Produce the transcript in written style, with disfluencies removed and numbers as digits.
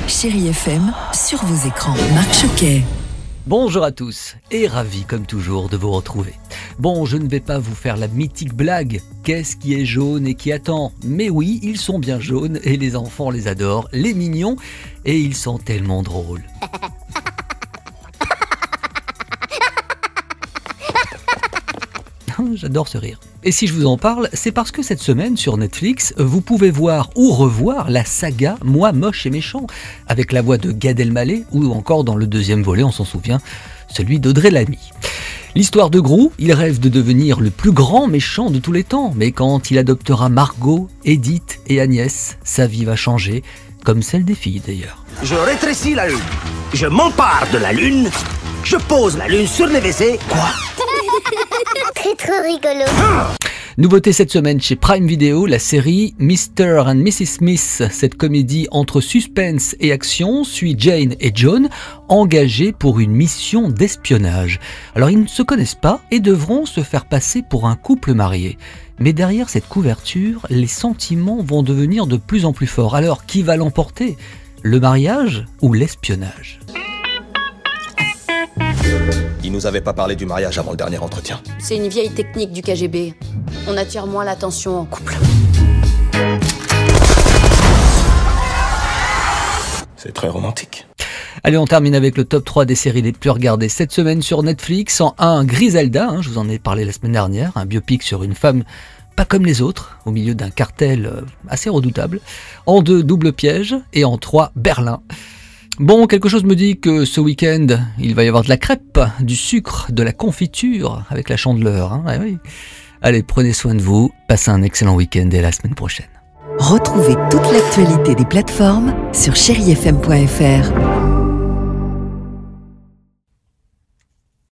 Chérie FM, sur vos écrans. Marc Choquet. Bonjour à tous, et ravi comme toujours de vous retrouver. Bon, je ne vais pas vous faire la mythique blague « Qu'est-ce qui est jaune et qui attend ?» Mais oui, ils sont bien jaunes et les enfants les adorent, les mignons, et ils sont tellement drôles. J'adore ce rire. Et si je vous en parle, c'est parce que cette semaine sur Netflix, vous pouvez voir ou revoir la saga Moi moche et méchant, avec la voix de Gad Elmaleh, ou encore dans le deuxième volet, on s'en souvient, celui d'Audrey Lamy. L'histoire de Gru, il rêve de devenir le plus grand méchant de tous les temps, mais quand il adoptera Margot, Edith et Agnès, sa vie va changer, comme celle des filles d'ailleurs. Je rétrécis la lune, je m'empare de la lune, je pose la lune sur les WC. Quoi ? Très trop rigolo. Nouveauté cette semaine chez Prime Video, la série Mr. and Mrs. Smith. Cette comédie entre suspense et action suit Jane et John, engagés pour une mission d'espionnage. Alors ils ne se connaissent pas et devront se faire passer pour un couple marié. Mais derrière cette couverture, les sentiments vont devenir de plus en plus forts. Alors qui va l'emporter ? Le mariage ou l'espionnage ? Il nous avait pas parlé du mariage avant le dernier entretien. C'est une vieille technique du KGB. On attire moins l'attention en couple. C'est très romantique. Allez, on termine avec le top 3 des séries les plus regardées cette semaine sur Netflix. En 1, Griselda, je vous en ai parlé la semaine dernière, un biopic sur une femme pas comme les autres, au milieu d'un cartel assez redoutable. En 2, Double piège. Et en 3, Berlin. Bon, quelque chose me dit que ce week-end, il va y avoir de la crêpe, du sucre, de la confiture avec la Chandeleur. Ouais, oui. Allez, prenez soin de vous, passez un excellent week-end et à la semaine prochaine. Retrouvez toute l'actualité des plateformes sur chérifm.fr.